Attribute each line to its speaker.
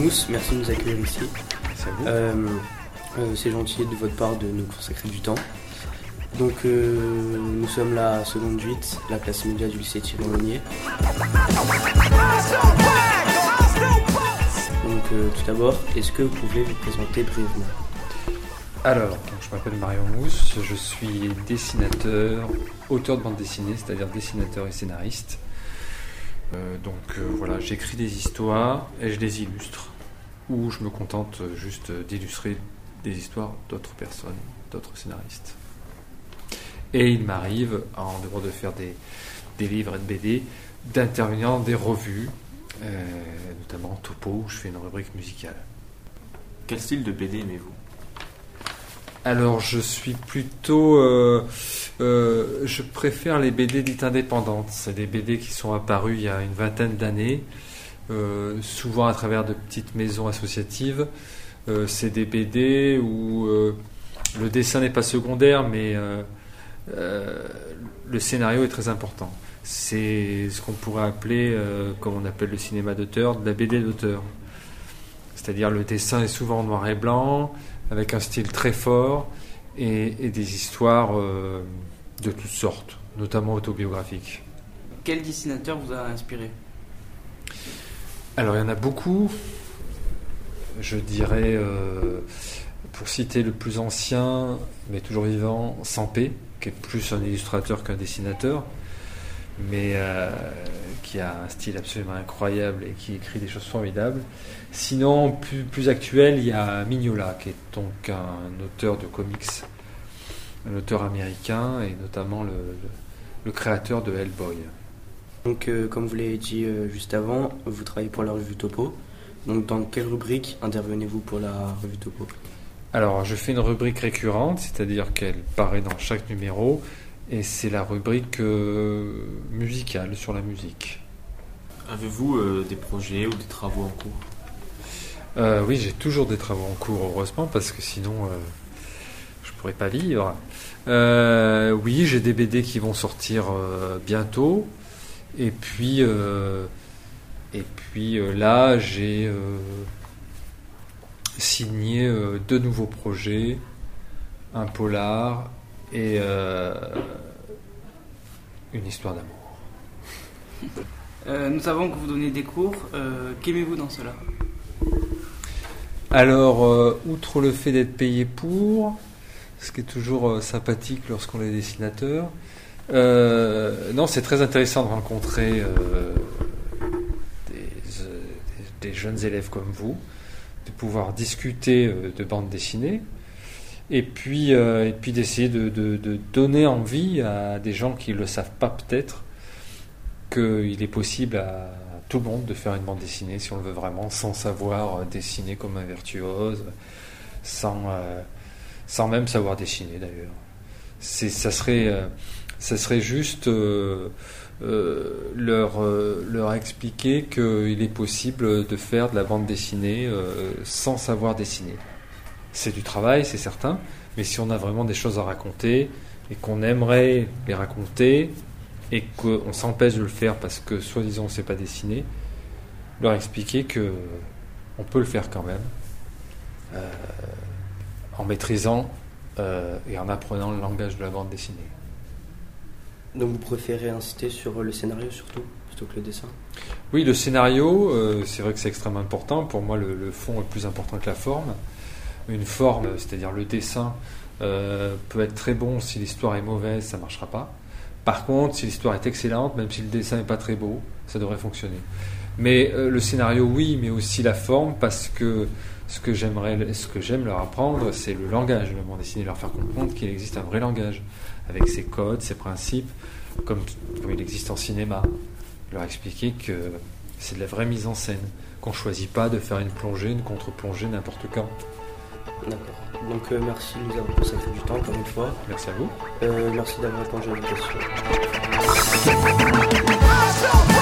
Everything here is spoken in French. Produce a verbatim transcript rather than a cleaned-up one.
Speaker 1: Mousse, merci de nous accueillir ici.
Speaker 2: C'est à vous.
Speaker 1: Euh, euh, c'est gentil de votre part de nous consacrer du temps. Donc euh, nous sommes la seconde huit, la classe média du lycée Thierry Monnier. Donc euh, tout d'abord, est-ce que vous pouvez vous présenter brièvement ?
Speaker 2: Alors, donc, je m'appelle Marion Mousse, je suis dessinateur, auteur de bande dessinée, c'est-à-dire dessinateur et scénariste. Euh, donc euh, voilà, j'écris des histoires et je les illustre, ou je me contente juste d'illustrer des histoires d'autres personnes, d'autres scénaristes. Et il m'arrive, en dehors de faire des, des livres et de B D, d'intervenir dans des revues, euh, notamment Topo, où je fais une rubrique musicale.
Speaker 3: Quel style de B D aimez-vous ?
Speaker 2: Alors, je suis plutôt... Euh, euh, je préfère les B D dites indépendantes. C'est des B D qui sont apparus il y a une vingtaine d'années, euh, souvent à travers de petites maisons associatives. Euh, c'est des B D où euh, le dessin n'est pas secondaire, mais euh, euh, le scénario est très important. C'est ce qu'on pourrait appeler, euh, comme on appelle le cinéma d'auteur, de la B D d'auteur. C'est-à-dire le dessin est souvent en noir et blanc, avec un style très fort et, et des histoires euh, de toutes sortes, notamment autobiographiques.
Speaker 4: Quel dessinateur vous a inspiré ?
Speaker 2: Alors il y en a beaucoup. Je dirais, euh, pour citer le plus ancien, mais toujours vivant, Sampé, qui est plus un illustrateur qu'un dessinateur, mais euh, qui a un style absolument incroyable et qui écrit des choses formidables. Sinon, plus, plus actuel, il y a Mignola, qui est donc un auteur de comics, un auteur américain, et notamment le, le, le créateur de Hellboy.
Speaker 1: Donc euh, comme vous l'avez dit euh, juste avant, vous travaillez pour la revue Topo. Donc dans quelle rubrique intervenez-vous pour la revue Topo ?
Speaker 2: Alors, je fais une rubrique récurrente, c'est-à-dire qu'elle paraît dans chaque numéro, et c'est la rubrique euh, musicale, sur la musique.
Speaker 3: Avez-vous euh, des projets ou des travaux en cours ?
Speaker 2: Euh, oui, j'ai toujours des travaux en cours, heureusement, parce que sinon, euh, je pourrais pas vivre. Euh, oui, j'ai des B D qui vont sortir euh, bientôt. Et puis, euh, et puis euh, là, j'ai euh, signé euh, deux nouveaux projets, un polar et euh, une histoire d'amour.
Speaker 4: Euh, nous savons que vous donnez des cours. Euh, qu'aimez-vous dans cela ?
Speaker 2: Alors, euh, outre le fait d'être payé pour, ce qui est toujours euh, sympathique lorsqu'on est dessinateur, euh, non, c'est très intéressant de rencontrer euh, des, euh, des, des jeunes élèves comme vous, de pouvoir discuter euh, de bande dessinée, et puis, euh, et puis d'essayer de, de, de donner envie à des gens qui ne le savent pas peut-être qu'il est possible à tout le monde de faire une bande dessinée si on le veut vraiment, sans savoir dessiner comme un virtuose, sans, euh, sans même savoir dessiner d'ailleurs. C'est, ça, serait, euh, ça serait juste euh, euh, leur, euh, leur expliquer qu'il est possible de faire de la bande dessinée euh, sans savoir dessiner. C'est du travail, c'est certain, mais si on a vraiment des choses à raconter et qu'on aimerait les raconter, et qu'on s'empêche de le faire parce que soi-disant on ne sait pas dessiner, leur expliquer que on peut le faire quand même, euh, en maîtrisant euh, et en apprenant le langage de la bande dessinée.
Speaker 1: Donc vous préférez insister sur le scénario surtout, plutôt que le dessin ?
Speaker 2: Oui, le scénario, euh, c'est vrai que c'est extrêmement important. Pour moi, le, le fond est plus important que la forme. Une forme, c'est-à-dire le dessin, euh, peut être très bon. Si l'histoire est mauvaise, ça ne marchera pas. Par contre, si l'histoire est excellente, même si le dessin n'est pas très beau, ça devrait fonctionner. Mais euh, le scénario, oui, mais aussi la forme, parce que ce que j'aimerais, ce que j'aime leur apprendre, c'est le langage de la bande dessinée, leur faire comprendre qu'il existe un vrai langage, avec ses codes, ses principes, comme, comme il existe en cinéma. Leur expliquer que c'est de la vraie mise en scène, qu'on ne choisit pas de faire une plongée, une contre-plongée n'importe quand.
Speaker 1: D'accord. Donc euh, merci de nous avoir consacré du temps encore une fois.
Speaker 2: Merci à vous.
Speaker 1: Euh, merci d'avoir répondu à nos questions.